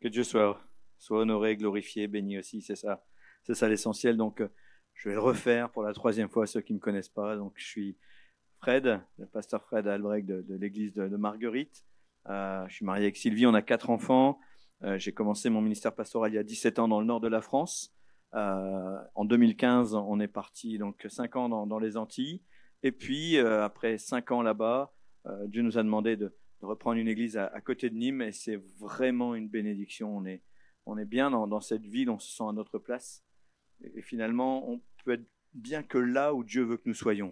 Que Dieu soit honoré, glorifié, béni aussi, c'est ça l'essentiel. Donc, je vais le refaire pour la troisième fois, ceux qui ne me connaissent pas. Donc, je suis Fred, le pasteur Fred Albrecht de l'église de Marguerite. Je suis marié avec Sylvie, on a 4 enfants. J'ai commencé mon ministère pastoral il y a 17 ans dans le nord de la France. En 2015, on est parti donc 5 ans dans les Antilles. Et puis, après 5 ans là-bas, Dieu nous a demandé de reprendre une église à côté de Nîmes et c'est vraiment une bénédiction. On est bien dans cette ville, on se sent à notre place. Et finalement, on peut être bien que là où Dieu veut que nous soyons.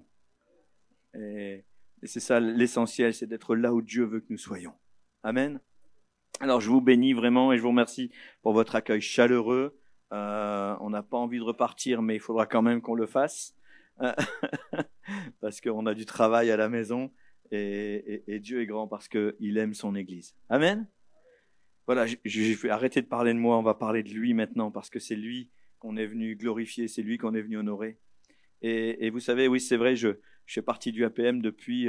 Et c'est ça l'essentiel, c'est d'être là où Dieu veut que nous soyons. Amen. Alors je vous bénis vraiment et je vous remercie pour votre accueil chaleureux. On n'a pas envie de repartir, mais il faudra quand même qu'on le fasse parce qu'on a du travail à la maison et Dieu est grand parce qu'il aime son Église. Amen. Voilà, je vais arrêter de parler de moi, on va parler de lui maintenant parce que c'est lui qu'on est venu glorifier, c'est lui qu'on est venu honorer. Et vous savez, oui, c'est vrai, je fais partie du APM depuis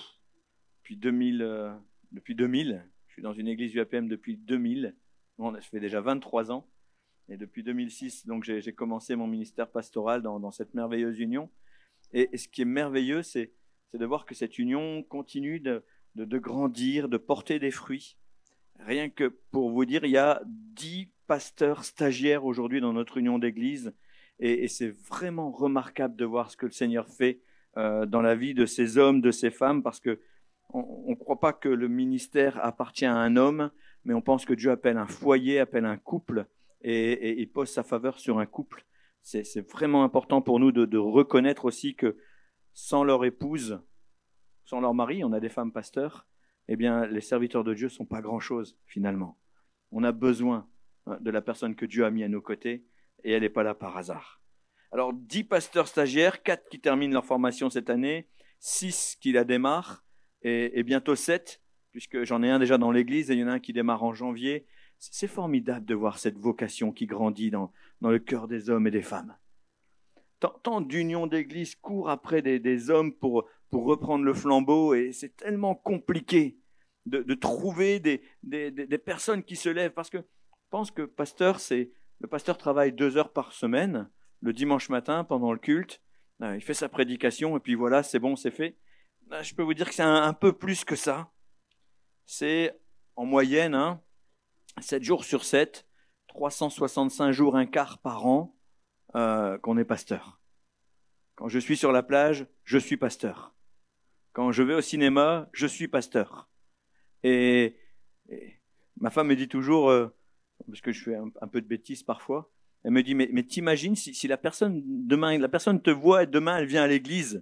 2000. Depuis 2000. Je suis dans une église du APM depuis 2000. Bon, ça fait déjà 23 ans. Et depuis 2006, donc j'ai commencé mon ministère pastoral dans cette merveilleuse union. Et ce qui est merveilleux, c'est de voir que cette union continue de grandir, de porter des fruits. Rien que pour vous dire, il y a 10 pasteurs stagiaires aujourd'hui dans notre union d'église. Et c'est vraiment remarquable de voir ce que le Seigneur fait dans la vie de ces hommes, de ces femmes, parce que on ne croit pas que le ministère appartient à un homme, mais on pense que Dieu appelle un foyer, appelle un couple, et il pose sa faveur sur un couple. C'est vraiment important pour nous de reconnaître aussi que sans leur épouse, sans leur mari, on a des femmes pasteurs, eh bien, les serviteurs de Dieu ne sont pas grand-chose, finalement. On a besoin de la personne que Dieu a mis à nos côtés, et elle n'est pas là par hasard. Alors, 10 pasteurs stagiaires, 4 qui terminent leur formation cette année, 6 qui la démarrent, et bientôt 7, puisque j'en ai un déjà dans l'église, et il y en a un qui démarre en janvier. C'est formidable de voir cette vocation qui grandit dans le cœur des hommes et des femmes. Tant d'unions d'église courent après des hommes pour reprendre le flambeau, et c'est tellement compliqué de trouver des personnes qui se lèvent, parce que je pense que le pasteur travaille 2 heures par semaine, le dimanche matin pendant le culte, il fait sa prédication, et puis voilà, c'est bon, c'est fait. Je peux vous dire que c'est un peu plus que ça. C'est en moyenne 7 jours sur 7, 365 jours, un quart par an, qu'on est pasteur. Quand je suis sur la plage, je suis pasteur. Quand je vais au cinéma, je suis pasteur. Et ma femme me dit toujours, parce que je fais un peu de bêtises parfois, elle me dit, mais t'imagines si la personne te voit et demain elle vient à l'église.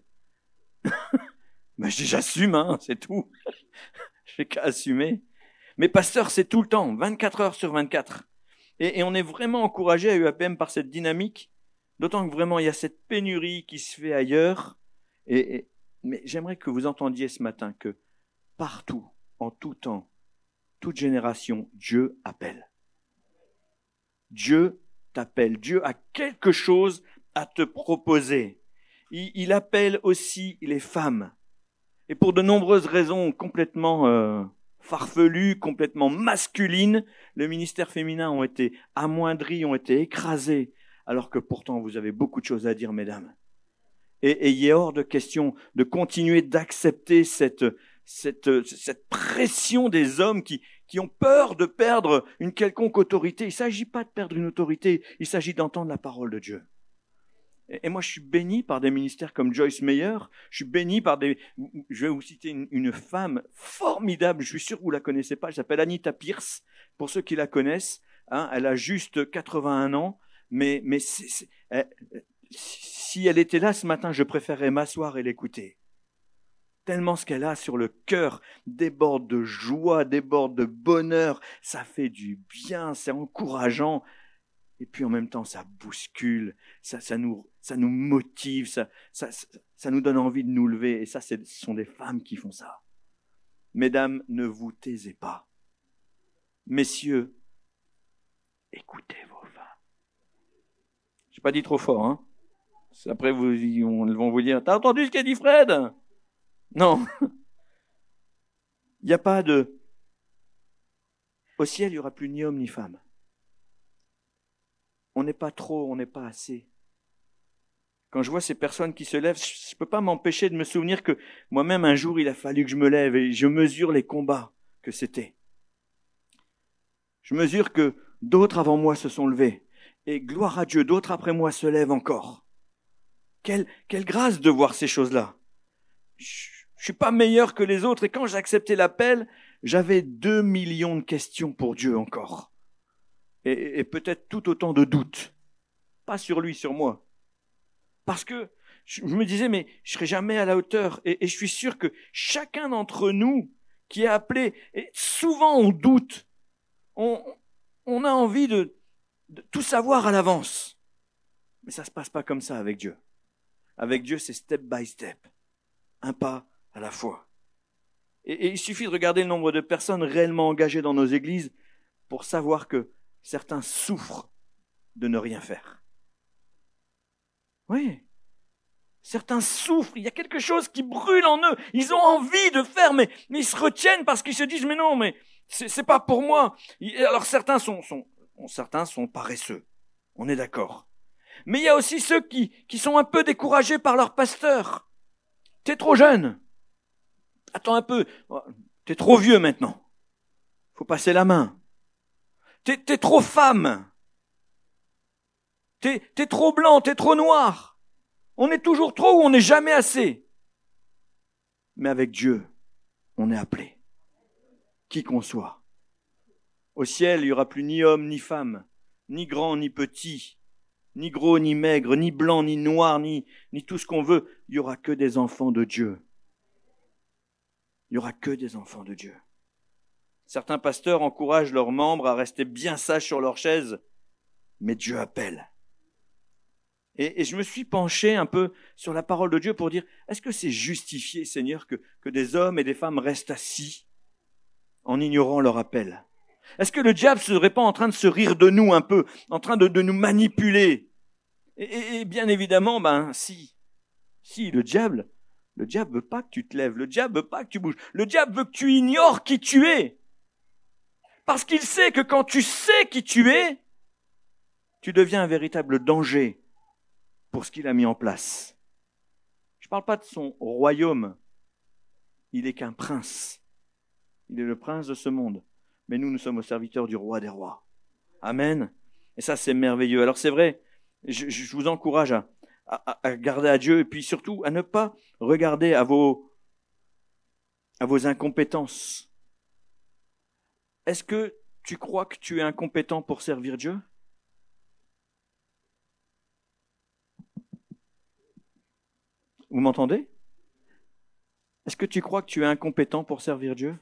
Ben, je dis, j'assume, c'est tout. Je fais qu'à assumer. Mais pasteur, c'est tout le temps, 24 heures sur 24. Et on est vraiment encouragé à UAPM par cette dynamique, d'autant que vraiment il y a cette pénurie qui se fait ailleurs. Mais j'aimerais que vous entendiez ce matin que partout, en tout temps, toute génération, Dieu appelle. Dieu t'appelle. Dieu a quelque chose à te proposer. Il appelle aussi les femmes. Et pour de nombreuses raisons complètement farfelues, complètement masculines, le ministère féminin ont été amoindris, ont été écrasés, alors que pourtant vous avez beaucoup de choses à dire, mesdames. Et il est hors de question de continuer d'accepter cette pression des hommes qui ont peur de perdre une quelconque autorité. Il ne s'agit pas de perdre une autorité, il s'agit d'entendre la parole de Dieu. Et moi, je suis béni par des ministères comme Joyce Meyer. Je suis béni par je vais vous citer une femme formidable. Je suis sûr que vous la connaissez pas. Elle s'appelle Anita Pierce. Pour ceux qui la connaissent, elle a juste 81 ans. Mais si elle était là ce matin, je préférerais m'asseoir et l'écouter. Tellement ce qu'elle a sur le cœur déborde de joie, déborde de bonheur. Ça fait du bien, c'est encourageant. Et puis en même temps, ça bouscule, ça nous motive, ça nous donne envie de nous lever. Et ça, ce sont des femmes qui font ça. Mesdames, ne vous taisez pas. Messieurs, écoutez vos femmes. J'ai pas dit trop fort, Après, ils vont vous dire, t'as entendu ce qu'a dit Fred? Non. Il n'y a pas de... Au ciel, il n'y aura plus ni homme ni femme. On n'est pas trop, on n'est pas assez. Quand je vois ces personnes qui se lèvent, je ne peux pas m'empêcher de me souvenir que moi-même, un jour, il a fallu que je me lève et je mesure les combats que c'était. Je mesure que d'autres avant moi se sont levés. Et gloire à Dieu, d'autres après moi se lèvent encore. Quelle grâce de voir ces choses-là. Je ne suis pas meilleur que les autres. Et quand j'ai accepté l'appel, j'avais 2 millions de questions pour Dieu encore. Et peut-être tout autant de doutes. Pas sur lui, sur moi. Parce que je me disais, mais je ne serai jamais à la hauteur. Et je suis sûr que chacun d'entre nous qui est appelé, et souvent on doute, on a envie de tout savoir à l'avance. Mais ça ne se passe pas comme ça avec Dieu. Avec Dieu, c'est step by step. Un pas à la fois. Et il suffit de regarder le nombre de personnes réellement engagées dans nos églises pour savoir que certains souffrent de ne rien faire. Oui. Certains souffrent, il y a quelque chose qui brûle en eux. Ils ont envie de faire, mais ils se retiennent parce qu'ils se disent, mais non, mais c'est pas pour moi. Alors certains sont paresseux. On est d'accord. Mais il y a aussi ceux qui sont un peu découragés par leur pasteur. T'es trop jeune. Attends un peu. T'es trop vieux maintenant. Faut passer la main. T'es trop femme. T'es trop blanc, t'es trop noir. On est toujours trop ou on n'est jamais assez. Mais avec Dieu, on est appelé. Qui qu'on soit. Au ciel, il n'y aura plus ni homme ni femme, ni grand ni petit, ni gros ni maigre, ni blanc ni noir, ni tout ce qu'on veut. Il n'y aura que des enfants de Dieu. Il n'y aura que des enfants de Dieu. Certains pasteurs encouragent leurs membres à rester bien sages sur leur chaise, mais Dieu appelle. Et je me suis penché un peu sur la parole de Dieu pour dire, est-ce que c'est justifié, Seigneur, que des hommes et des femmes restent assis en ignorant leur appel? Est-ce que le diable ne serait pas en train de se rire de nous un peu, en train de nous manipuler? Et bien évidemment, si. Si, le diable veut pas que tu te lèves, le diable veut pas que tu bouges, le diable veut que tu ignores qui tu es. Parce qu'il sait que quand tu sais qui tu es, tu deviens un véritable danger pour ce qu'il a mis en place. Je ne parle pas de son royaume. Il n'est qu'un prince. Il est le prince de ce monde. Mais nous sommes aux serviteurs du roi des rois. Amen. Et ça, c'est merveilleux. Alors c'est vrai, je vous encourage à garder à Dieu et puis surtout à ne pas regarder à vos incompétences. Est-ce que tu crois que tu es incompétent pour servir Dieu? Vous m'entendez? Est-ce que tu crois que tu es incompétent pour servir Dieu?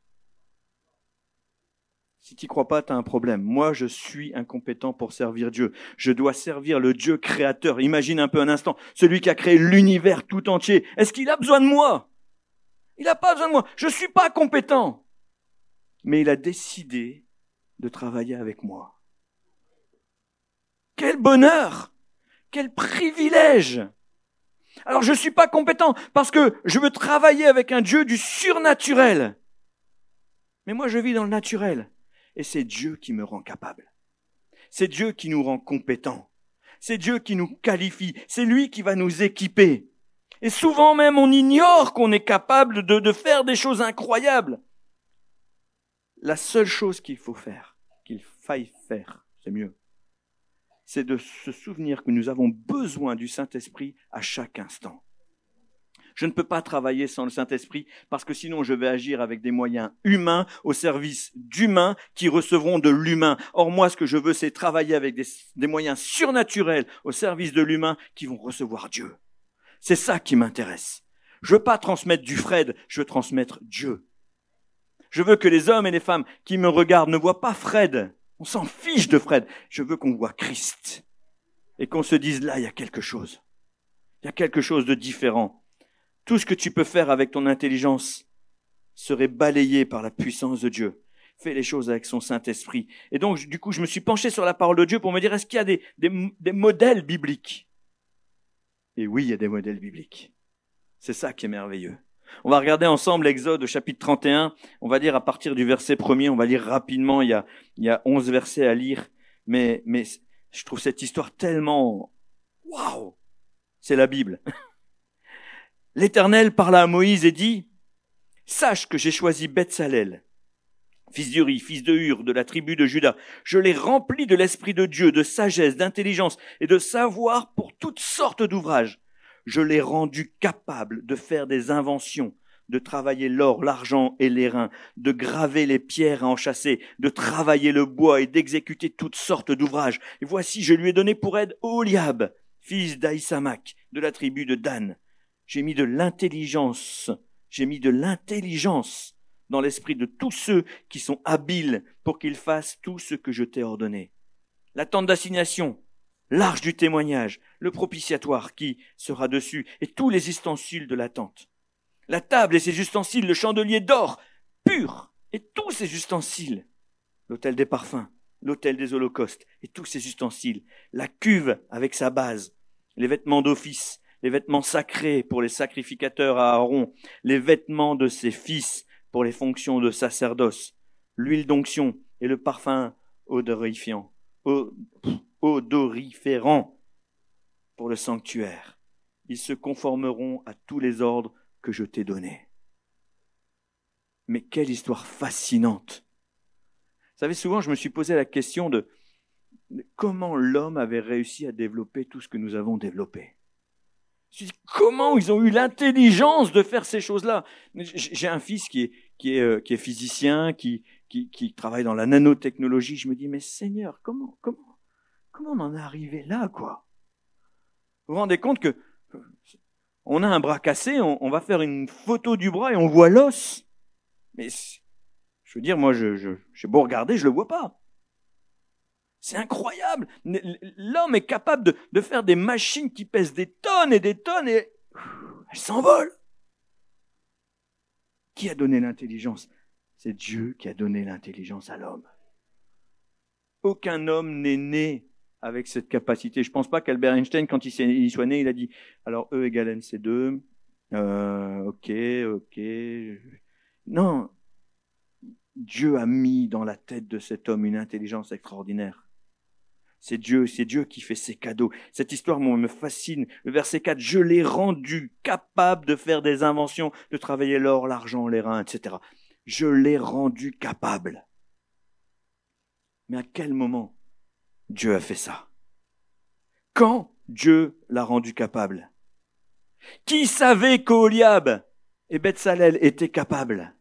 Si tu n'y crois pas, tu as un problème. Moi, je suis incompétent pour servir Dieu. Je dois servir le Dieu créateur. Imagine un peu un instant, celui qui a créé l'univers tout entier. Est-ce qu'il a besoin de moi? Il n'a pas besoin de moi. Je ne suis pas compétent. Mais il a décidé de travailler avec moi. Quel bonheur! Quel privilège! Alors je ne suis pas compétent parce que je veux travailler avec un Dieu du surnaturel. Mais moi je vis dans le naturel. Et c'est Dieu qui me rend capable. C'est Dieu qui nous rend compétents. C'est Dieu qui nous qualifie. C'est lui qui va nous équiper. Et souvent même on ignore qu'on est capable de faire des choses incroyables. La seule chose qu'il faille faire, c'est mieux. C'est de se souvenir que nous avons besoin du Saint-Esprit à chaque instant. Je ne peux pas travailler sans le Saint-Esprit parce que sinon je vais agir avec des moyens humains au service d'humains qui recevront de l'humain. Or moi, ce que je veux, c'est travailler avec des moyens surnaturels au service de l'humain qui vont recevoir Dieu. C'est ça qui m'intéresse. Je veux pas transmettre du Fred, je veux transmettre Dieu. Je veux que les hommes et les femmes qui me regardent ne voient pas Fred. On s'en fiche de Fred. Je veux qu'on voit Christ. Et qu'on se dise, là, il y a quelque chose. Il y a quelque chose de différent. Tout ce que tu peux faire avec ton intelligence serait balayé par la puissance de Dieu. Fais les choses avec son Saint-Esprit. Et donc, du coup, je me suis penché sur la parole de Dieu pour me dire, est-ce qu'il y a des modèles bibliques? Et oui, il y a des modèles bibliques. C'est ça qui est merveilleux. On va regarder ensemble l'Exode, chapitre 31. On va lire à partir du verset 1er. On va lire rapidement. Il y a 11 versets à lire. Mais je trouve cette histoire tellement... Waouh! C'est la Bible. L'Éternel parla à Moïse et dit, « Sache que j'ai choisi Betsalel, fils d'Uri, fils de Hur, de la tribu de Juda. Je l'ai rempli de l'Esprit de Dieu, de sagesse, d'intelligence et de savoir pour toutes sortes d'ouvrages. Je l'ai rendu capable de faire des inventions, de travailler l'or, l'argent et l'airain, de graver les pierres à enchâsser, de travailler le bois et d'exécuter toutes sortes d'ouvrages. Et voici, je lui ai donné pour aide Oholiab, fils d'Aïsamach, de la tribu de Dan. J'ai mis de l'intelligence dans l'esprit de tous ceux qui sont habiles pour qu'ils fassent tout ce que je t'ai ordonné. La tente d'assignation, l'arche du témoignage, le propitiatoire qui sera dessus et tous les ustensiles de la tente. La table et ses ustensiles, le chandelier d'or pur et tous ses ustensiles. L'autel des parfums, l'autel des holocaustes et tous ses ustensiles. La cuve avec sa base, les vêtements d'office, les vêtements sacrés pour les sacrificateurs à Aaron, les vêtements de ses fils pour les fonctions de sacerdoce, l'huile d'onction et le parfum odoriférant pour le sanctuaire. Ils se conformeront à tous les ordres que je t'ai donnés. Mais quelle histoire fascinante! Vous savez, souvent je me suis posé la question de comment l'homme avait réussi à développer tout ce que nous avons développé. Je me suis dit, comment ils ont eu l'intelligence de faire ces choses-là? J'ai un fils qui est physicien, qui travaille dans la nanotechnologie. Je me dis, mais Seigneur, comment on en est arrivé là, quoi? Vous vous rendez compte que on a un bras cassé, on va faire une photo du bras et on voit l'os. Mais je veux dire, moi, j'ai beau regarder, je le vois pas. C'est incroyable. L'homme est capable de faire des machines qui pèsent des tonnes et elles s'envolent. Qui a donné l'intelligence? C'est Dieu qui a donné l'intelligence à l'homme. Aucun homme n'est né avec cette capacité. Je ne pense pas qu'Albert Einstein, quand il soit né, il a dit « alors E égale MC2, ok. » Non. Dieu a mis dans la tête de cet homme une intelligence extraordinaire. C'est Dieu qui fait ses cadeaux. Cette histoire, moi, me fascine. Le verset 4, je l'ai rendu capable de faire des inventions, de travailler l'or, l'argent, l'airain, etc. Je l'ai rendu capable. Mais à quel moment Dieu a fait ça? Quand Dieu l'a rendu capable? Qui savait qu'Oholiab et Betsalel étaient capables?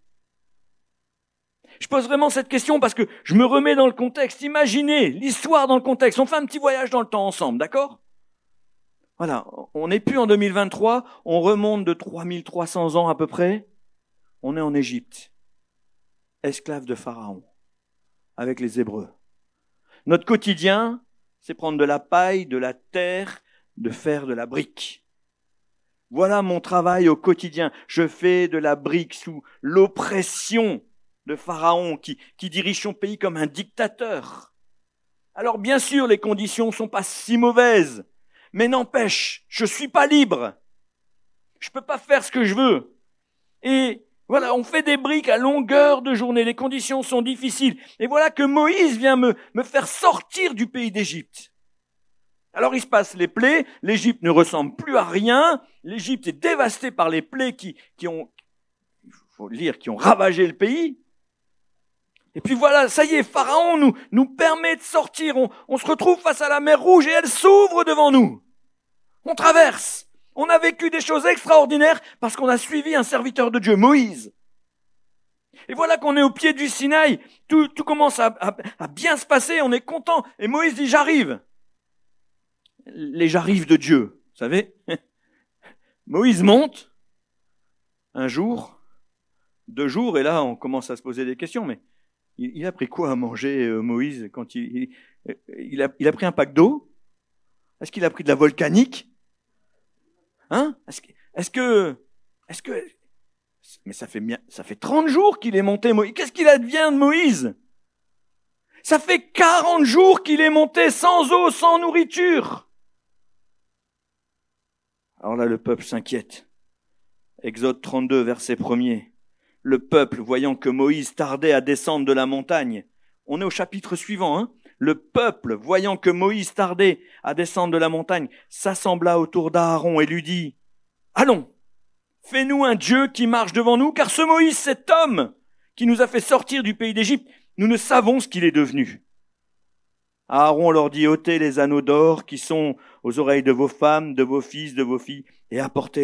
Je pose vraiment cette question parce que je me remets dans le contexte. Imaginez l'histoire dans le contexte. On fait un petit voyage dans le temps ensemble, d'accord? Voilà, on n'est plus en 2023, on remonte de 3300 ans à peu près. On est en Égypte, esclaves de Pharaon, avec les Hébreux. Notre quotidien, c'est prendre de la paille, de la terre, de faire de la brique. Voilà mon travail au quotidien. Je fais de la brique sous l'oppression de Pharaon qui dirige son pays comme un dictateur. Alors bien sûr, les conditions sont pas si mauvaises, mais n'empêche, je suis pas libre. Je peux pas faire ce que je veux. Et voilà, on fait des briques à longueur de journée, les conditions sont difficiles. Et voilà que Moïse vient me faire sortir du pays d'Égypte. Alors il se passe les plaies, l'Égypte ne ressemble plus à rien, l'Égypte est dévastée par les plaies qui ont ravagé le pays. Et puis voilà, ça y est, Pharaon nous permet de sortir. On se retrouve face à la mer Rouge et elle s'ouvre devant nous. On traverse. On a vécu des choses extraordinaires parce qu'on a suivi un serviteur de Dieu, Moïse. Et voilà qu'on est au pied du Sinaï. Tout commence à bien se passer, on est content. Et Moïse dit, j'arrive. Les j'arrive de Dieu, vous savez. Moïse monte. Un jour, 2 jours, et là on commence à se poser des questions, mais il a pris quoi à manger, Moïse, quand il a pris un pack d'eau? Est-ce qu'il a pris de la volcanique? Hein? Est-ce que, mais ça fait 30 jours qu'il est monté, Moïse. Qu'est-ce qu'il advient de Moïse? Ça fait 40 jours qu'il est monté sans eau, sans nourriture. Alors là, le peuple s'inquiète. Exode 32, verset 1er. Le peuple, voyant que Moïse tardait à descendre de la montagne, on est au chapitre suivant, hein. Le peuple, voyant que Moïse tardait à descendre de la montagne, s'assembla autour d'Aaron et lui dit, « Allons, fais-nous un Dieu qui marche devant nous, car ce Moïse, cet homme qui nous a fait sortir du pays d'Égypte, nous ne savons ce qu'il est devenu. » Aaron leur dit, « ôtez les anneaux d'or qui sont aux oreilles de vos femmes, de vos fils, de vos filles, et apportez-les-moi. »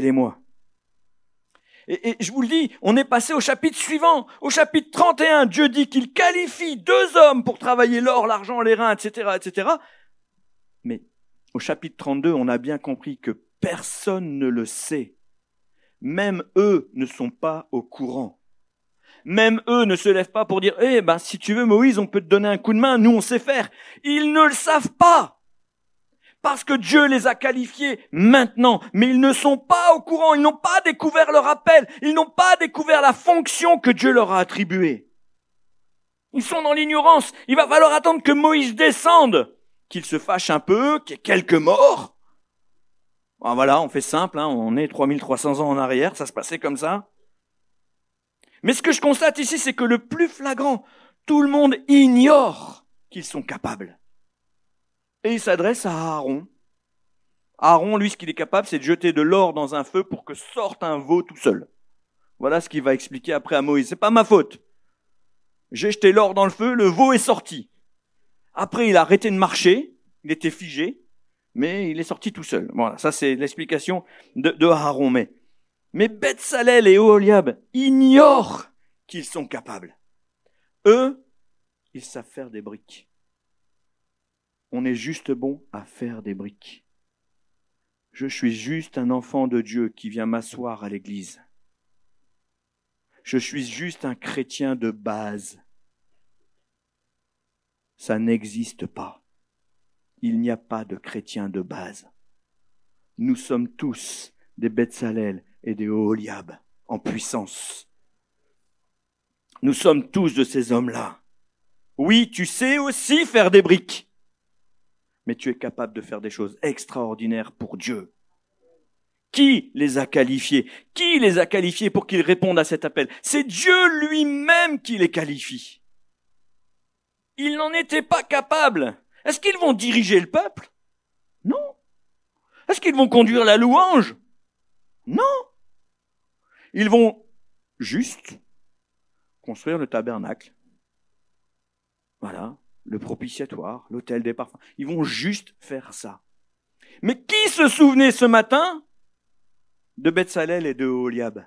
Et je vous le dis, on est passé au chapitre suivant, au chapitre 31. Dieu dit qu'il qualifie 2 hommes pour travailler l'or, l'argent, les reins, etc., etc. Mais au chapitre 32, on a bien compris que personne ne le sait. Même eux ne sont pas au courant. Même eux ne se lèvent pas pour dire, si tu veux Moïse, on peut te donner un coup de main, nous on sait faire. Ils ne le savent pas. Parce que Dieu les a qualifiés maintenant, mais ils ne sont pas au courant, ils n'ont pas découvert leur appel, ils n'ont pas découvert la fonction que Dieu leur a attribuée. Ils sont dans l'ignorance, il va falloir attendre que Moïse descende, qu'il se fâche un peu, qu'il y ait quelques morts. Voilà, on fait simple, on est 3300 ans en arrière, ça se passait comme ça. Mais ce que je constate ici, c'est que le plus flagrant, tout le monde ignore qu'ils sont capables. Et il s'adresse à Aaron. Aaron, lui, ce qu'il est capable, c'est de jeter de l'or dans un feu pour que sorte un veau tout seul. Voilà ce qu'il va expliquer après à Moïse. C'est pas ma faute. J'ai jeté l'or dans le feu, le veau est sorti. Après, il a arrêté de marcher, il était figé, mais il est sorti tout seul. Voilà, ça c'est l'explication de Aaron. Mais Betsalel et Oholiab ignorent qu'ils sont capables. Eux, ils savent faire des briques. On est juste bon à faire des briques. Je suis juste un enfant de Dieu qui vient m'asseoir à l'église. Je suis juste un chrétien de base. Ça n'existe pas. Il n'y a pas de chrétien de base. Nous sommes tous des Betsalel et des Oholiab en puissance. Nous sommes tous de ces hommes-là. Oui, tu sais aussi faire des briques. Mais tu es capable de faire des choses extraordinaires pour Dieu. Qui les a qualifiés? Qui les a qualifiés pour qu'ils répondent à cet appel? C'est Dieu lui-même qui les qualifie. Ils n'en étaient pas capables. Est-ce qu'ils vont diriger le peuple? Non. Est-ce qu'ils vont conduire la louange? Non. Ils vont juste construire le tabernacle. Voilà. Le propitiatoire, l'autel des parfums. Ils vont juste faire ça. Mais qui se souvenait ce matin de Betsalel et de Oholiab?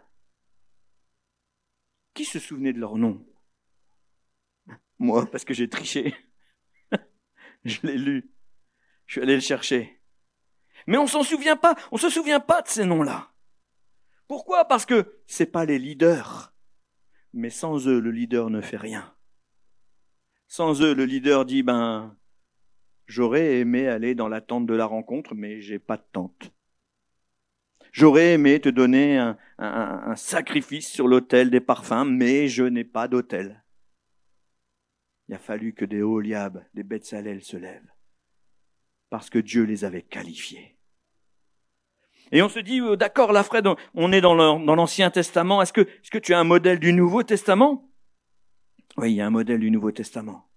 Qui se souvenait de leur nom? Moi, parce que j'ai triché. Je l'ai lu. Je suis allé le chercher. Mais on se souvient pas de ces noms-là. Pourquoi? Parce que c'est pas les leaders. Mais sans eux, le leader ne fait rien. Sans eux, le leader dit, j'aurais aimé aller dans la tente de la rencontre, mais j'ai pas de tente. J'aurais aimé te donner un sacrifice sur l'autel des parfums, mais je n'ai pas d'autel. Il a fallu que des Oholiab, des Betsalel se lèvent, parce que Dieu les avait qualifiés. Et on se dit, d'accord, là, Fred, on est dans l'Ancien Testament, est-ce que tu as un modèle du Nouveau Testament? Oui, il y a un modèle du Nouveau Testament.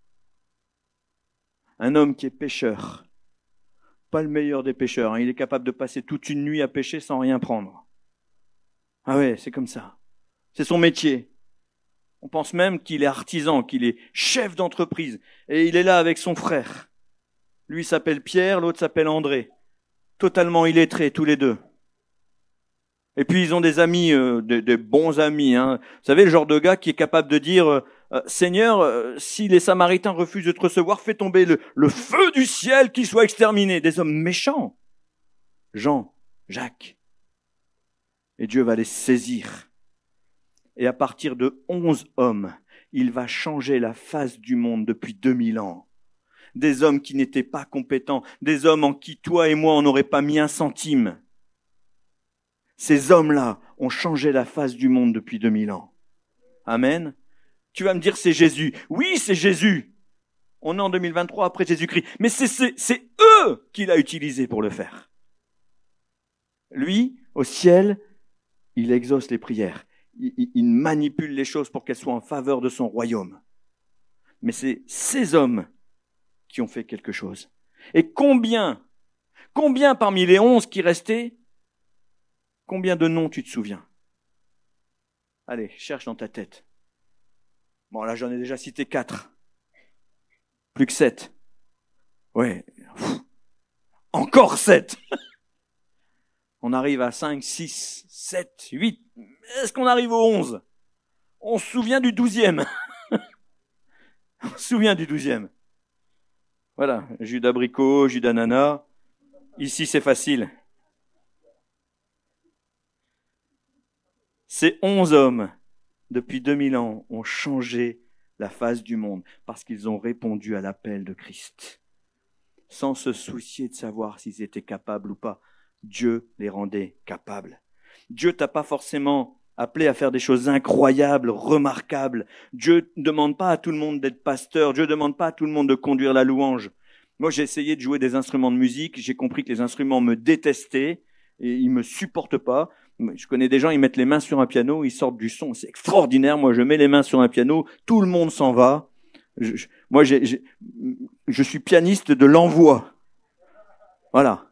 Un homme qui est pêcheur, pas le meilleur des pêcheurs, il est capable de passer toute une nuit à pêcher sans rien prendre. Ah ouais, c'est comme ça. C'est son métier. On pense même qu'il est artisan, qu'il est chef d'entreprise. Et il est là avec son frère. Lui s'appelle Pierre, l'autre s'appelle André. Totalement illettrés, tous les deux. Et puis ils ont des amis, des bons amis. Vous savez, le genre de gars qui est capable de dire Seigneur, si les Samaritains refusent de te recevoir, fais tomber le feu du ciel, qu'ils soient exterminés. Des hommes méchants. Jean, Jacques. Et Dieu va les saisir. Et à partir de 11 hommes, il va changer la face du monde depuis 2000 ans. Des hommes qui n'étaient pas compétents, des hommes en qui toi et moi on n'aurait pas mis un centime. Ces hommes-là ont changé la face du monde depuis 2000 ans. Amen. Tu vas me dire c'est Jésus. Oui, c'est Jésus. On est en 2023 après Jésus-Christ. Mais c'est eux qu'il a utilisés pour le faire. Lui, au ciel, il exauce les prières. Il manipule les choses pour qu'elles soient en faveur de son royaume. Mais c'est ces hommes qui ont fait quelque chose. Et combien parmi les 11 qui restaient, combien de noms tu te souviens? Allez, cherche dans ta tête. Bon, là, j'en ai déjà cité 4. Plus que 7. Ouais. Encore 7. On arrive à 5, 6, 7, 8. Est-ce qu'on arrive au 11? On se souvient du 12e. On se souvient du 12e. Voilà, Judas Abricot, Judas Nana. Ici, c'est facile. Ces 11 hommes, depuis 2000 ans, ont changé la face du monde parce qu'ils ont répondu à l'appel de Christ. Sans se soucier de savoir s'ils étaient capables ou pas. Dieu les rendait capables. Dieu t'a pas forcément appelé à faire des choses incroyables, remarquables. Dieu ne demande pas à tout le monde d'être pasteur. Dieu ne demande pas à tout le monde de conduire la louange. Moi, j'ai essayé de jouer des instruments de musique. J'ai compris que les instruments me détestaient et ils me supportent pas. Je connais des gens, ils mettent les mains sur un piano, ils sortent du son. C'est extraordinaire. Moi, je mets les mains sur un piano, tout le monde s'en va. Moi, je suis pianiste de l'envoi. Voilà.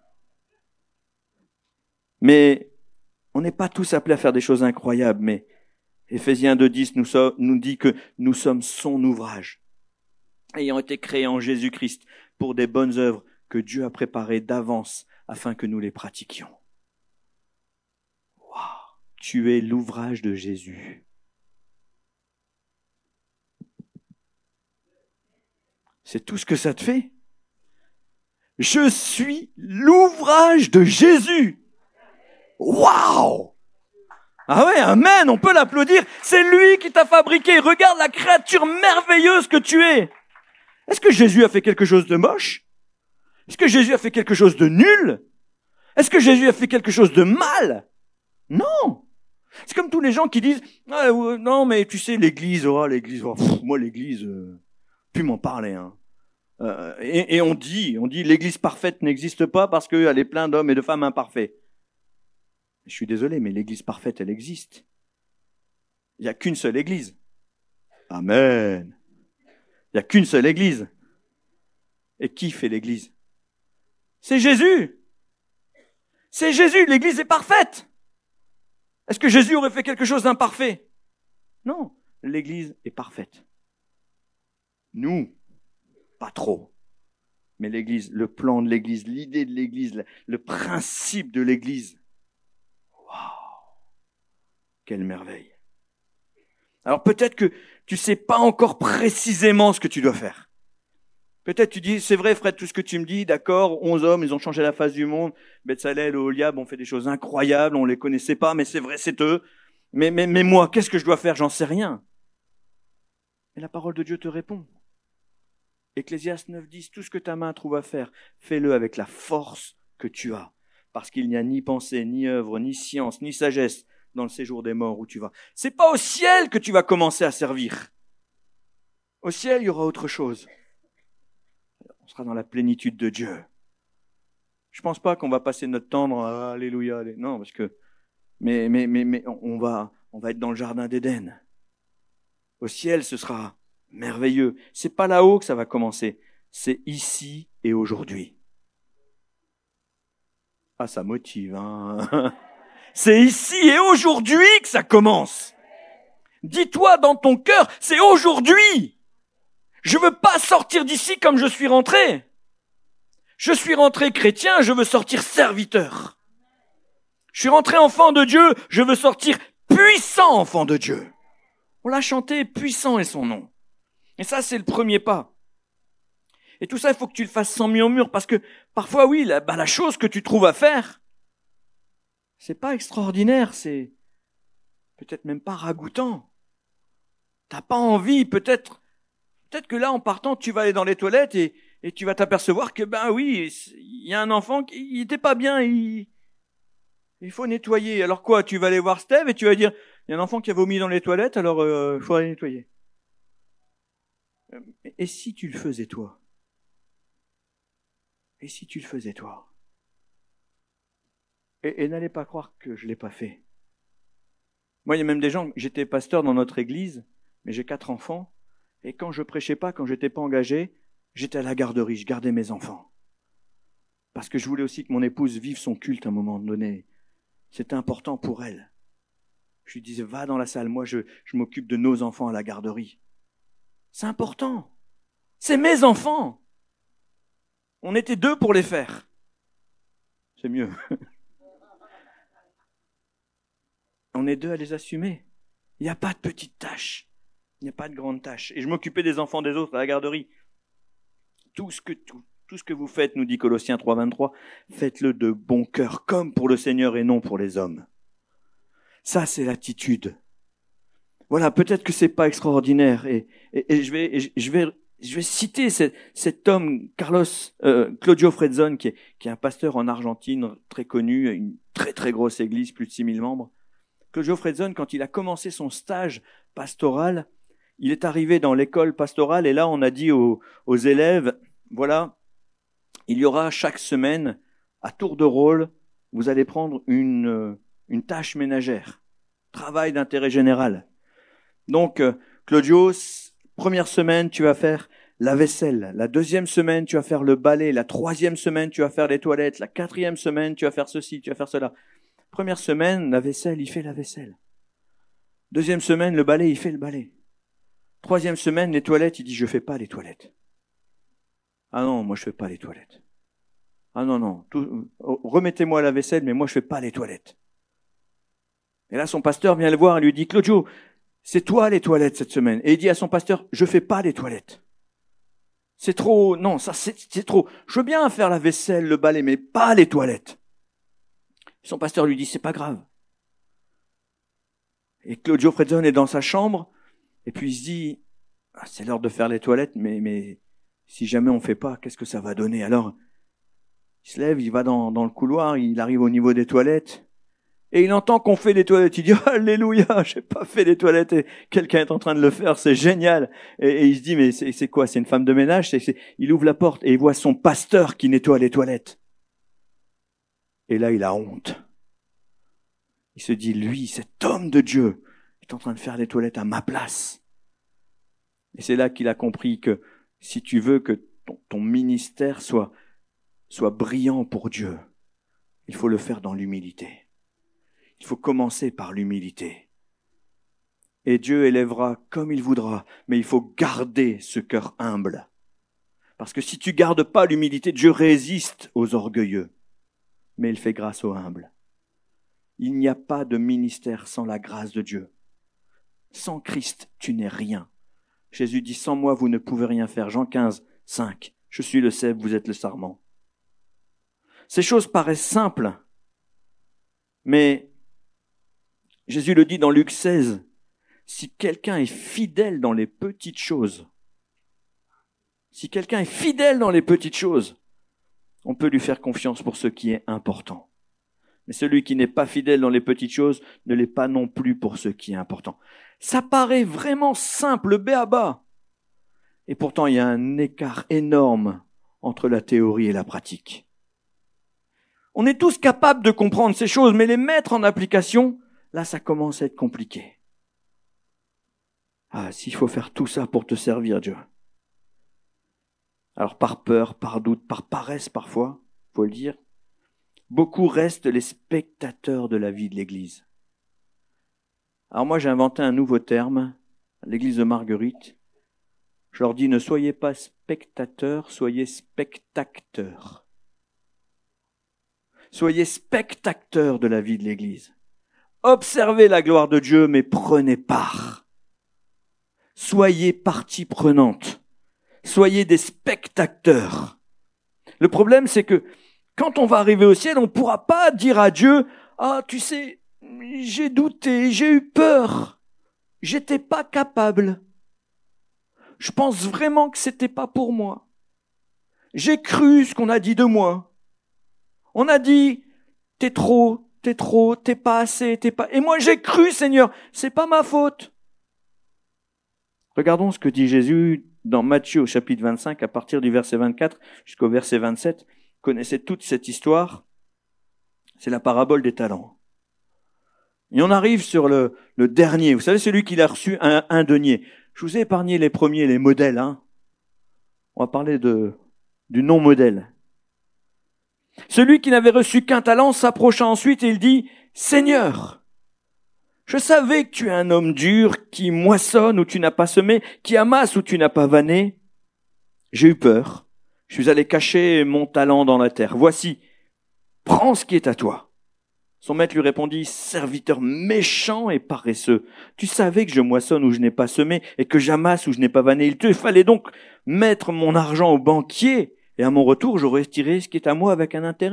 Mais on n'est pas tous appelés à faire des choses incroyables, mais Éphésiens 2:10 nous dit que nous sommes son ouvrage, ayant été créés en Jésus-Christ pour des bonnes œuvres que Dieu a préparées d'avance afin que nous les pratiquions. Waouh, tu es l'ouvrage de Jésus. C'est tout ce que ça te fait? Je suis l'ouvrage de Jésus. Waouh! Ah ouais, amen, on peut l'applaudir. C'est lui qui t'a fabriqué. Regarde la créature merveilleuse que tu es. Est-ce que Jésus a fait quelque chose de moche? Est-ce que Jésus a fait quelque chose de nul? Est-ce que Jésus a fait quelque chose de mal? Non. C'est comme tous les gens qui disent ah, non mais tu sais l'église, moi l'église, plus m'en parler. Hein. Et on dit l'église parfaite n'existe pas parce qu'elle est pleine d'hommes et de femmes imparfaits. Je suis désolé, mais l'église parfaite, elle existe. Il n'y a qu'une seule église. Amen. Il n'y a qu'une seule église. Et qui fait l'église? C'est Jésus. C'est Jésus, l'église est parfaite. Est-ce que Jésus aurait fait quelque chose d'imparfait? Non, l'église est parfaite. Nous, pas trop. Mais l'église, le plan de l'église, l'idée de l'église, le principe de l'église. Waouh! Quelle merveille. Alors peut-être que tu sais pas encore précisément ce que tu dois faire. Peut-être tu dis, c'est vrai Fred, tout ce que tu me dis, d'accord, 11 hommes, ils ont changé la face du monde, Betsalel, Oholiab ont fait des choses incroyables, on les connaissait pas, mais c'est vrai, c'est eux. Mais moi, qu'est-ce que je dois faire? J'en sais rien. Et la parole de Dieu te répond. Ecclésiaste 9:10, tout ce que ta main trouve à faire, fais-le avec la force que tu as. Parce qu'il n'y a ni pensée, ni œuvre, ni science, ni sagesse dans le séjour des morts où tu vas. C'est pas au ciel que tu vas commencer à servir. Au ciel, il y aura autre chose. On sera dans la plénitude de Dieu. Je pense pas qu'on va passer notre temps dans Alléluia. Non, parce que mais on va être dans le jardin d'Éden. Au ciel, ce sera merveilleux. C'est pas là-haut que ça va commencer. C'est ici et aujourd'hui. Ah, ça motive, hein. C'est ici et aujourd'hui que ça commence. Dis-toi dans ton cœur, c'est aujourd'hui. Je veux pas sortir d'ici comme je suis rentré. Je suis rentré chrétien, je veux sortir serviteur. Je suis rentré enfant de Dieu, je veux sortir puissant enfant de Dieu. On l'a chanté, puissant est son nom. Et ça, c'est le premier pas. Et tout ça, il faut que tu le fasses sans murmure, parce que parfois, oui, la chose que tu trouves à faire, c'est pas extraordinaire, c'est peut-être même pas ragoûtant. T'as pas envie, peut-être que là, en partant, tu vas aller dans les toilettes et tu vas t'apercevoir que, ben oui, il y a un enfant qui était pas bien, il faut nettoyer. Alors quoi, tu vas aller voir Steve et tu vas dire, il y a un enfant qui a vomi dans les toilettes, alors il faut aller nettoyer. Et si tu le faisais toi? Et si tu le faisais toi? Et n'allez pas croire que je l'ai pas fait. Moi, il y a même des gens, j'étais pasteur dans notre église, mais j'ai 4 enfants, et quand je prêchais pas, quand j'étais pas engagé, j'étais à la garderie, je gardais mes enfants. Parce que je voulais aussi que mon épouse vive son culte à un moment donné. C'était important pour elle. Je lui disais, va dans la salle, moi je m'occupe de nos enfants à la garderie. C'est important. C'est mes enfants. On était 2 pour les faire. C'est mieux. On est 2 à les assumer. Il n'y a pas de petites tâches. Il n'y a pas de grandes tâches. Et je m'occupais des enfants des autres à la garderie. Tout ce que vous faites, nous dit Colossiens 3,23, faites-le de bon cœur, comme pour le Seigneur et non pour les hommes. Ça, c'est l'attitude. Voilà, peut-être que c'est pas extraordinaire. Et je vais citer cet homme, Claudio Fredzon, qui est un pasteur en Argentine très connu, une très très grosse église, plus de 6000 membres. Claudio Fredzon, quand il a commencé son stage pastoral, il est arrivé dans l'école pastorale et là on a dit aux élèves, voilà, il y aura chaque semaine, à tour de rôle, vous allez prendre une tâche ménagère, travail d'intérêt général. Donc, Claudio, première semaine, tu vas faire la vaisselle. La deuxième semaine, tu vas faire le balai. La troisième semaine, tu vas faire les toilettes. La quatrième semaine, tu vas faire ceci, tu vas faire cela. Première semaine, la vaisselle, il fait la vaisselle. Deuxième semaine, le balai, il fait le balai. Troisième semaine, les toilettes, il dit, je fais pas les toilettes. Ah non, moi je fais pas les toilettes. Ah non, remettez-moi la vaisselle, mais moi je fais pas les toilettes. Et là, son pasteur vient le voir et lui dit, Claudio, c'est toi les toilettes cette semaine. Et il dit à son pasteur, je fais pas les toilettes. C'est trop, non, ça c'est trop. Je veux bien faire la vaisselle, le balai, mais pas les toilettes. Son pasteur lui dit, c'est pas grave. Et Claudio Fredzon est dans sa chambre, et puis il se dit, ah, c'est l'heure de faire les toilettes, mais si jamais on fait pas, qu'est-ce que ça va donner? Alors, il se lève, il va dans le couloir, il arrive au niveau des toilettes, et il entend qu'on fait les toilettes. Il dit, alléluia, j'ai pas fait les toilettes, et quelqu'un est en train de le faire, c'est génial. Et il se dit, mais c'est quoi? C'est une femme de ménage? Il ouvre la porte, et il voit son pasteur qui nettoie les toilettes. Et là, il a honte. Il se dit, lui, cet homme de Dieu, est en train de faire les toilettes à ma place. Et c'est là qu'il a compris que si tu veux que ton ministère soit brillant pour Dieu, il faut le faire dans l'humilité. Il faut commencer par l'humilité. Et Dieu élèvera comme il voudra, mais il faut garder ce cœur humble. Parce que si tu gardes pas l'humilité, Dieu résiste aux orgueilleux, mais il fait grâce aux humbles. Il n'y a pas de ministère sans la grâce de Dieu. Sans Christ, tu n'es rien. Jésus dit, sans moi, vous ne pouvez rien faire. Jean 15, 5. Je suis le cep, vous êtes le sarment. Ces choses paraissent simples, mais Jésus le dit dans Luc 16, si quelqu'un est fidèle dans les petites choses, on peut lui faire confiance pour ce qui est important. Mais celui qui n'est pas fidèle dans les petites choses ne l'est pas non plus pour ce qui est important. Ça paraît vraiment simple, b.a.-ba. Et pourtant, il y a un écart énorme entre la théorie et la pratique. On est tous capables de comprendre ces choses, mais les mettre en application, là, ça commence à être compliqué. Ah, s'il faut faire tout ça pour te servir, Dieu. Alors, par peur, par doute, par paresse parfois, faut le dire, beaucoup restent les spectateurs de la vie de l'Église. Alors moi, j'ai inventé un nouveau terme, l'Église de Marguerite. Je leur dis, ne soyez pas spectateurs, soyez spectateurs. Soyez spectateurs de la vie de l'Église. Observez la gloire de Dieu, mais prenez part. Soyez partie prenante. Soyez des spectateurs. Le problème, c'est que quand on va arriver au ciel, on ne pourra pas dire à Dieu, « Ah, tu sais, j'ai douté, j'ai eu peur, j'étais pas capable. Je pense vraiment que c'était pas pour moi. J'ai cru ce qu'on a dit de moi. On a dit, t'es trop, t'es pas assez, t'es pas... Et moi j'ai cru, Seigneur, c'est pas ma faute. » Regardons ce que dit Jésus dans Matthieu au chapitre 25, à partir du verset 24 jusqu'au verset 27. Vous connaissez toute cette histoire. C'est la parabole des talents. Et on arrive sur le dernier. Vous savez, celui qui a reçu un denier. Je vous ai épargné les premiers, les modèles. Hein. On va parler du non-modèle. Celui qui n'avait reçu qu'un talent s'approcha ensuite et il dit « Seigneur, je savais que tu es un homme dur qui moissonne où tu n'as pas semé, qui amasse où tu n'as pas vanné. J'ai eu peur. Je suis allé cacher mon talent dans la terre. Voici, prends ce qui est à toi. » Son maître lui répondit, « Serviteur méchant et paresseux, tu savais que je moissonne où je n'ai pas semé et que j'amasse où je n'ai pas vanné. Il te fallait donc mettre mon argent au banquier et à mon retour, j'aurais tiré ce qui est à moi avec un intérêt. »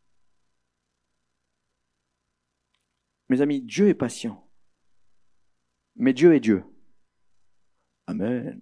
Mes amis, Dieu est patient, mais Dieu est Dieu. Amen.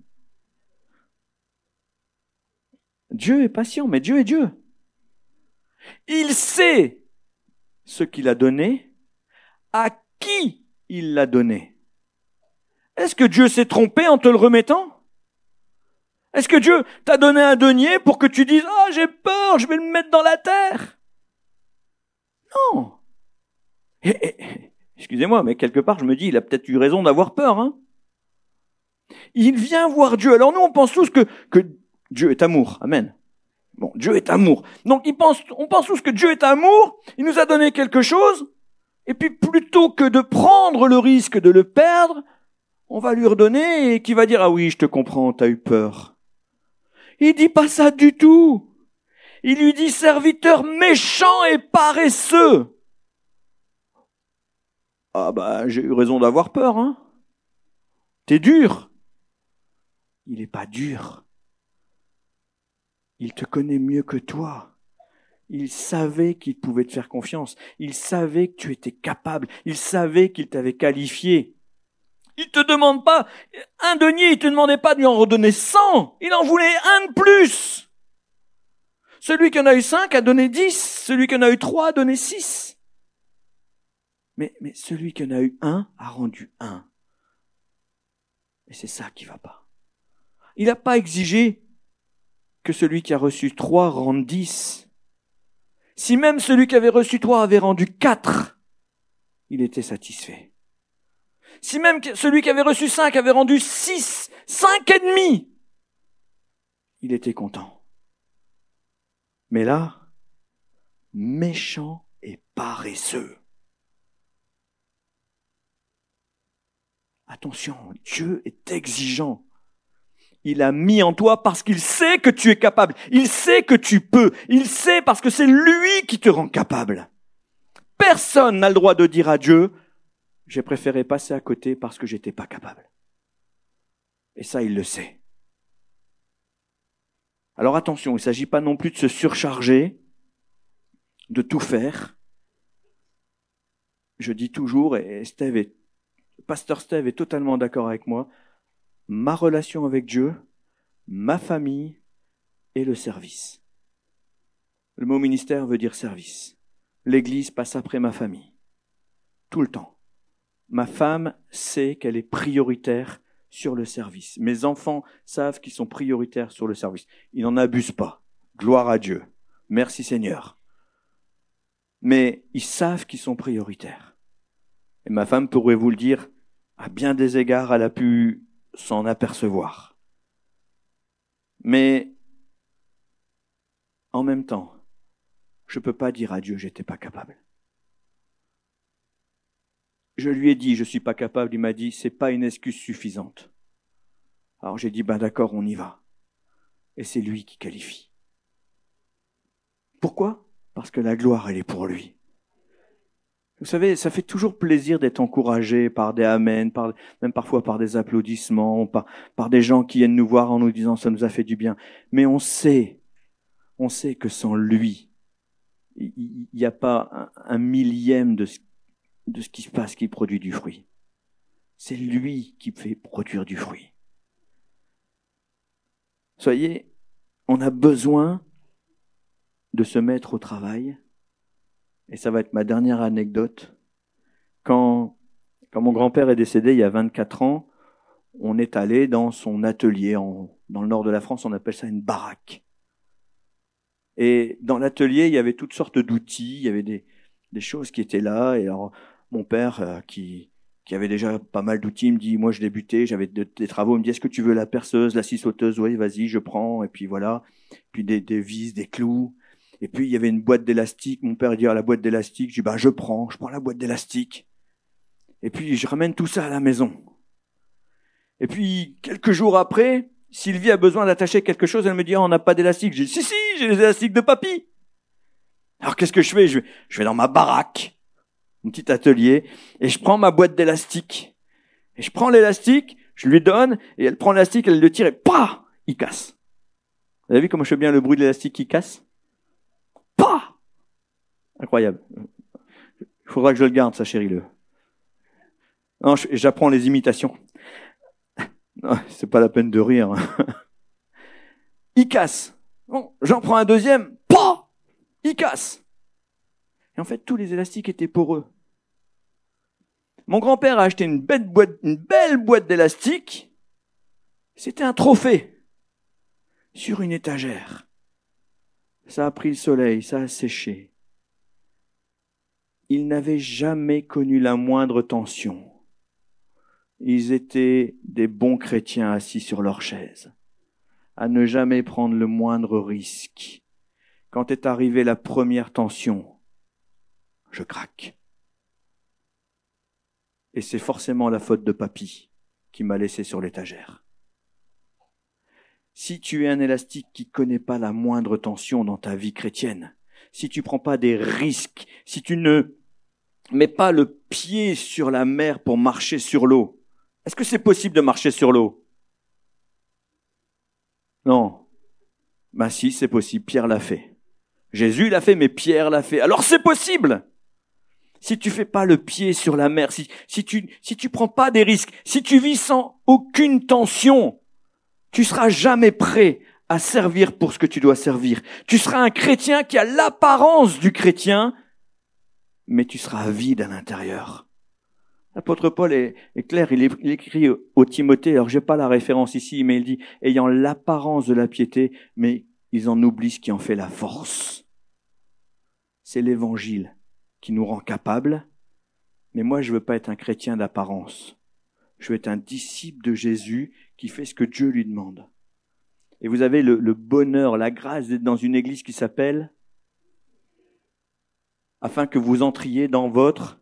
Dieu est patient, mais Dieu est Dieu. Il sait ce qu'il a donné, à qui il l'a donné. Est-ce que Dieu s'est trompé en te le remettant? Est-ce que Dieu t'a donné un denier pour que tu dises « Ah, j'ai peur, je vais le mettre dans la terre » ? Non. Excusez-moi, mais quelque part, je me dis, il a peut-être eu raison d'avoir peur. Hein. Il vient voir Dieu. Alors nous, on pense tous que Dieu est amour. Amen. Bon, Dieu est amour. Donc on pense tous que Dieu est amour, il nous a donné quelque chose, et puis plutôt que de prendre le risque de le perdre, on va lui redonner et qui va dire « Ah oui, je te comprends, t'as eu peur. » Il dit pas ça du tout. Il lui dit « Serviteur méchant et paresseux. » Ah bah, j'ai eu raison d'avoir peur, hein. T'es dur. Il n'est pas dur. Il te connaît mieux que toi. Il savait qu'il pouvait te faire confiance. Il savait que tu étais capable. Il savait qu'il t'avait qualifié. Il te demande pas un denier, il te demandait pas de lui en redonner 100. Il en voulait un de plus. Celui qui en a eu 5 a donné 10. Celui qui en a eu 3 a donné 6. Mais celui qui en a eu 1 a rendu 1. Et c'est ça qui va pas. Il n'a pas exigé que celui qui a reçu 3 rende 10. Si même celui qui avait reçu 3 avait rendu 4, il était satisfait. Si même celui qui avait reçu 5 avait rendu 6, 5 et demi, il était content. Mais là, méchant et paresseux. Attention, Dieu est exigeant. Il a mis en toi parce qu'il sait que tu es capable. Il sait que tu peux. Il sait parce que c'est lui qui te rend capable. Personne n'a le droit de dire à Dieu, j'ai préféré passer à côté parce que j'étais pas capable. Et ça, il le sait. Alors attention, il ne s'agit pas non plus de se surcharger, de tout faire. Je dis toujours, et Pasteur Steve est totalement d'accord avec moi, ma relation avec Dieu, ma famille et le service. Le mot ministère veut dire service. L'Église passe après ma famille. Tout le temps. Ma femme sait qu'elle est prioritaire sur le service. Mes enfants savent qu'ils sont prioritaires sur le service. Ils n'en abusent pas. Gloire à Dieu. Merci Seigneur. Mais ils savent qu'ils sont prioritaires. Et ma femme pourrait vous le dire, à bien des égards, elle a pu s'en apercevoir. Mais en même temps, je ne peux pas dire à Dieu, j'étais pas capable. Je lui ai dit, je suis pas capable, il m'a dit, c'est pas une excuse suffisante. Alors j'ai dit, d'accord, on y va. Et c'est lui qui qualifie. Pourquoi ? Parce que la gloire, elle est pour lui. Vous savez, ça fait toujours plaisir d'être encouragé par des amens, même parfois par des applaudissements, par des gens qui viennent nous voir en nous disant, ça nous a fait du bien. Mais on sait que sans lui, il n'y a pas un millième de ce qui se passe qui produit du fruit. C'est lui qui fait produire du fruit. Soyez, on a besoin de se mettre au travail. Et ça va être ma dernière anecdote. Quand mon grand-père est décédé il y a 24 ans, on est allé dans son atelier dans le nord de la France, on appelle ça une baraque. Et dans l'atelier, il y avait toutes sortes d'outils, il y avait des choses qui étaient là. Et alors, mon père, qui avait déjà pas mal d'outils, me dit, moi je débutais, j'avais des travaux, il me dit, est-ce que tu veux la perceuse, la scie sauteuse? Oui, vas-y, je prends, et puis voilà. Puis des vis, des clous. Et puis il y avait une boîte d'élastique, mon père dit, la boîte d'élastique, je dis, je prends la boîte d'élastique. Et puis je ramène tout ça à la maison. Et puis quelques jours après, Sylvie a besoin d'attacher quelque chose, elle me dit, on n'a pas d'élastique. Je dis, si, j'ai les élastiques de papy. Alors qu'est-ce que je fais? Je vais dans ma baraque, mon petit atelier, et je prends ma boîte d'élastique. Et je prends l'élastique, je lui donne, et elle prend l'élastique, elle le tire, et pah, il casse. Vous avez vu comment je fais bien le bruit de l'élastique qui casse? Pah! Incroyable. Il faudra que je le garde, ça, chérie. Non, j'apprends les imitations. Non, c'est pas la peine de rire. Il casse. Bon, j'en prends un deuxième, pah! Il casse. Et en fait, tous les élastiques étaient poreux. Mon grand-père a acheté une belle boîte d'élastiques. C'était un trophée. Sur une étagère. Ça a pris le soleil, ça a séché. Ils n'avaient jamais connu la moindre tension. Ils étaient des bons chrétiens assis sur leur chaise, à ne jamais prendre le moindre risque. Quand est arrivée la première tension, je craque. Et c'est forcément la faute de papy qui m'a laissé sur l'étagère. Si tu es un élastique qui connaît pas la moindre tension dans ta vie chrétienne, si tu prends pas des risques, si tu ne mets pas le pied sur la mer pour marcher sur l'eau, est-ce que c'est possible de marcher sur l'eau? Non. Ben si, c'est possible. Pierre l'a fait. Jésus l'a fait, mais Pierre l'a fait. Alors c'est possible. Si tu fais pas le pied sur la mer, si tu prends pas des risques, si tu vis sans aucune tension, tu seras jamais prêt à servir pour ce que tu dois servir. Tu seras un chrétien qui a l'apparence du chrétien, mais tu seras vide à l'intérieur. L'apôtre Paul est clair, il écrit au Timothée, alors j'ai pas la référence ici, mais il dit, ayant l'apparence de la piété, mais ils en oublient ce qui en fait la force. C'est l'évangile qui nous rend capables, mais moi je veux pas être un chrétien d'apparence. Je veux être un disciple de Jésus qui fait ce que Dieu lui demande. Et vous avez le bonheur, la grâce d'être dans une église qui s'appelle afin que vous entriez dans votre...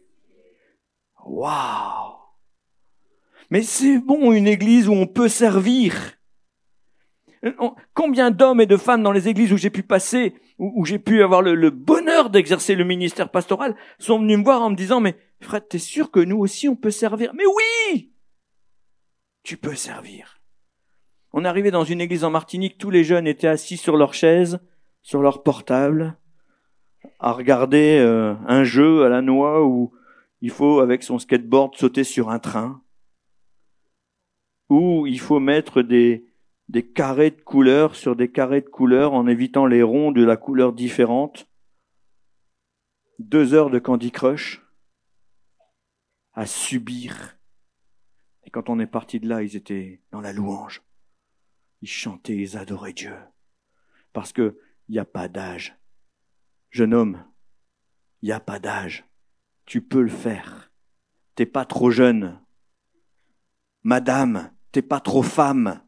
Waouh! Mais c'est bon, une église où on peut servir. Combien d'hommes et de femmes dans les églises où j'ai pu passer, où j'ai pu avoir le bonheur d'exercer le ministère pastoral, sont venus me voir en me disant, mais Fred, t'es sûr que nous aussi on peut servir? Mais oui! Tu peux servir. On est arrivé dans une église en Martinique, tous les jeunes étaient assis sur leur chaise, sur leur portable, à regarder un jeu à la noix où il faut, avec son skateboard, sauter sur un train, où il faut mettre des carrés de couleurs sur des carrés de couleurs en évitant les ronds de la couleur différente. 2 heures de Candy Crush à subir. Et quand on est parti de là, ils étaient dans la louange. Ils chantaient, ils adoraient Dieu. Parce que il n'y a pas d'âge. Jeune homme, il n'y a pas d'âge. Tu peux le faire. T'es pas trop jeune. Madame, t'es pas trop femme.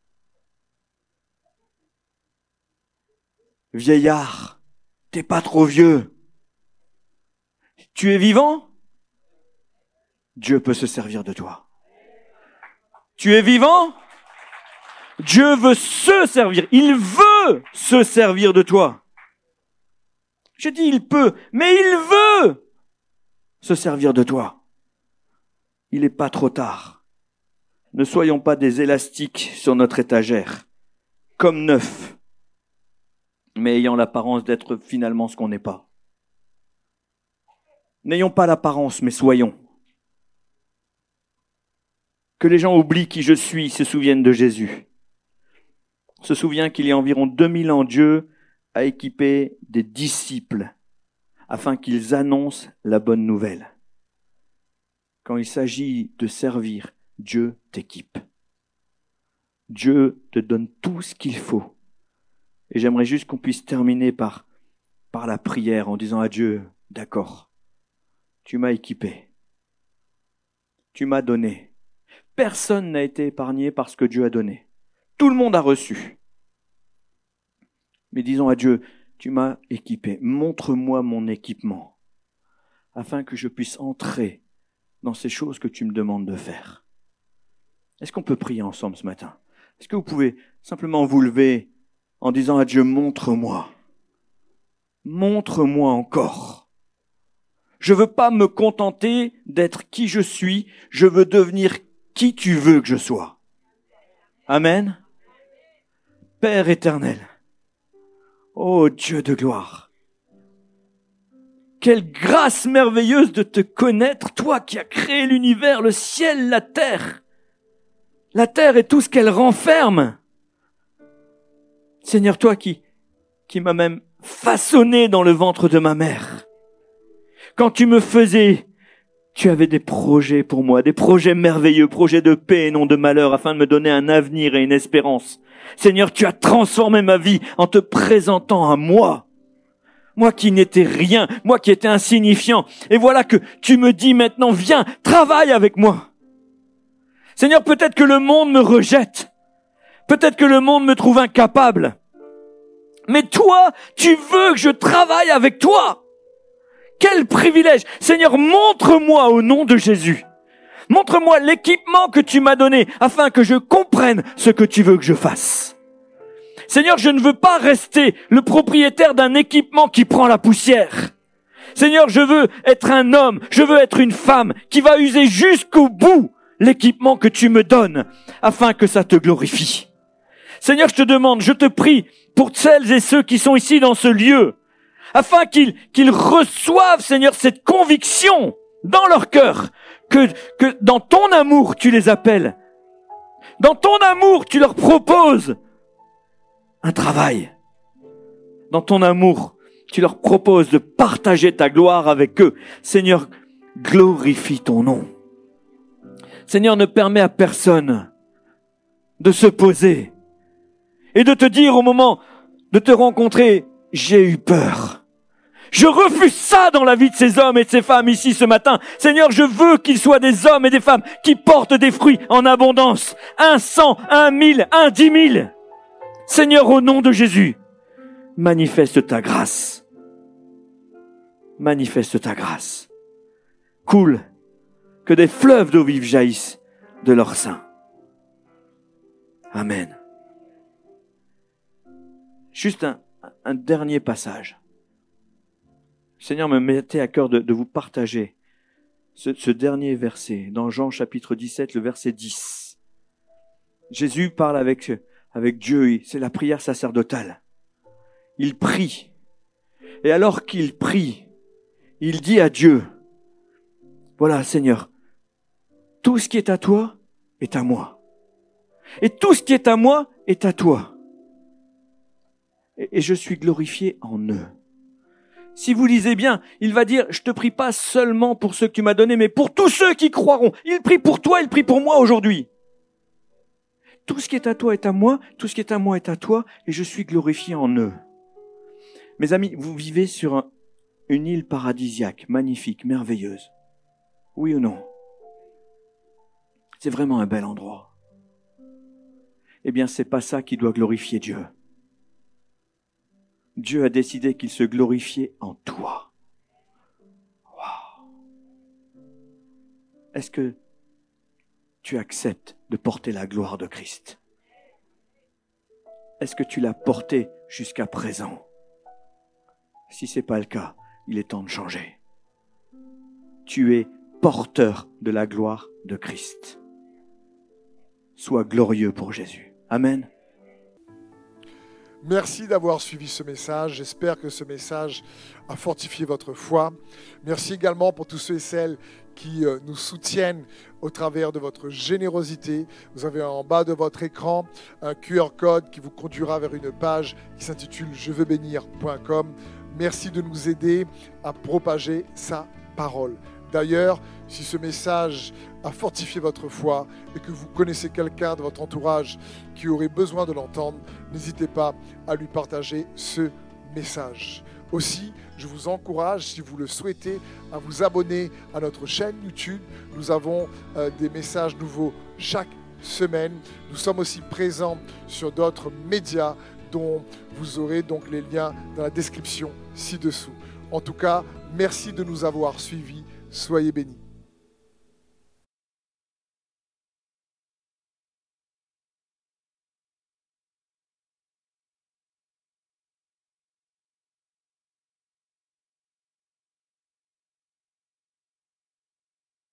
Vieillard, t'es pas trop vieux. Tu es vivant? Dieu peut se servir de toi. Tu es vivant? Dieu veut se servir. Il veut se servir de toi. Je dis il peut, mais il veut se servir de toi. Il n'est pas trop tard. Ne soyons pas des élastiques sur notre étagère, comme neufs, mais ayant l'apparence d'être finalement ce qu'on n'est pas. N'ayons pas l'apparence, mais soyons. Que les gens oublient qui je suis, se souviennent de Jésus. Se souviennent qu'il y a environ 2000 ans, Dieu a équipé des disciples afin qu'ils annoncent la bonne nouvelle. Quand il s'agit de servir, Dieu t'équipe. Dieu te donne tout ce qu'il faut. Et j'aimerais juste qu'on puisse terminer par la prière en disant à Dieu, d'accord, tu m'as équipé. Tu m'as donné. Personne n'a été épargné par ce que Dieu a donné. Tout le monde a reçu. Mais disons à Dieu, tu m'as équipé. Montre-moi mon équipement, afin que je puisse entrer dans ces choses que tu me demandes de faire. Est-ce qu'on peut prier ensemble ce matin? Est-ce que vous pouvez simplement vous lever en disant à Dieu, montre-moi. Montre-moi encore. Je veux pas me contenter d'être qui je suis, je veux devenir qui tu veux que je sois. Amen. Père éternel, ô Dieu de gloire, quelle grâce merveilleuse de te connaître, toi qui as créé l'univers, le ciel, la terre et tout ce qu'elle renferme. Seigneur, toi qui m'as même façonné dans le ventre de ma mère. Quand tu me faisais, tu avais des projets pour moi, des projets merveilleux, projets de paix et non de malheur, afin de me donner un avenir et une espérance. Seigneur, tu as transformé ma vie en te présentant à moi. Moi qui n'étais rien, moi qui étais insignifiant. Et voilà que tu me dis maintenant, viens, travaille avec moi. Seigneur, peut-être que le monde me rejette. Peut-être que le monde me trouve incapable. Mais toi, tu veux que je travaille avec toi. Quel privilège. Seigneur, montre-moi au nom de Jésus. Montre-moi l'équipement que tu m'as donné afin que je comprenne ce que tu veux que je fasse. Seigneur, je ne veux pas rester le propriétaire d'un équipement qui prend la poussière. Seigneur, je veux être un homme, je veux être une femme qui va user jusqu'au bout l'équipement que tu me donnes afin que ça te glorifie. Seigneur, je te demande, je te prie pour celles et ceux qui sont ici dans ce lieu, afin qu'ils reçoivent, Seigneur, cette conviction dans leur cœur que dans ton amour, tu les appelles. Dans ton amour, tu leur proposes un travail. Dans ton amour, tu leur proposes de partager ta gloire avec eux. Seigneur, glorifie ton nom. Seigneur, ne permets à personne de se poser et de te dire au moment de te rencontrer, j'ai eu peur. Je refuse ça dans la vie de ces hommes et de ces femmes ici ce matin. Seigneur, je veux qu'ils soient des hommes et des femmes qui portent des fruits en abondance. 1 100, 1 1000, 1 10 000. Seigneur, au nom de Jésus, manifeste ta grâce. Manifeste ta grâce. Coule, que des fleuves d'eau vive jaillissent de leur sein. Amen. Juste un dernier passage. Seigneur, me mettez à cœur de vous partager ce dernier verset dans Jean chapitre 17, le verset 10. Jésus parle avec Dieu, c'est la prière sacerdotale. Il prie. Et alors qu'il prie, il dit à Dieu, voilà Seigneur, tout ce qui est à toi est à moi. Et tout ce qui est à moi est à toi. Et je suis glorifié en eux. Si vous lisez bien, il va dire, je te prie pas seulement pour ceux que tu m'as donnés, mais pour tous ceux qui croiront. Il prie pour toi, il prie pour moi aujourd'hui. Tout ce qui est à toi est à moi, tout ce qui est à moi est à toi, et je suis glorifié en eux. Mes amis, vous vivez sur une île paradisiaque, magnifique, merveilleuse. Oui ou non? C'est vraiment un bel endroit. Eh bien, c'est pas ça qui doit glorifier Dieu. Dieu a décidé qu'il se glorifiait en toi. Wow. Est-ce que tu acceptes de porter la gloire de Christ? Est-ce que tu l'as porté jusqu'à présent? Si ce n'est pas le cas, il est temps de changer. Tu es porteur de la gloire de Christ. Sois glorieux pour Jésus. Amen. Merci d'avoir suivi ce message. J'espère que ce message a fortifié votre foi. Merci également pour tous ceux et celles qui nous soutiennent au travers de votre générosité. Vous avez en bas de votre écran un QR code qui vous conduira vers une page qui s'intitule jeveubénir.com. Merci de nous aider à propager sa parole. D'ailleurs, si ce message a fortifié votre foi et que vous connaissez quelqu'un de votre entourage qui aurait besoin de l'entendre, n'hésitez pas à lui partager ce message. Aussi, je vous encourage, si vous le souhaitez, à vous abonner à notre chaîne YouTube. Nous avons des messages nouveaux chaque semaine. Nous sommes aussi présents sur d'autres médias dont vous aurez donc les liens dans la description ci-dessous. En tout cas, merci de nous avoir suivis. Soyez bénis.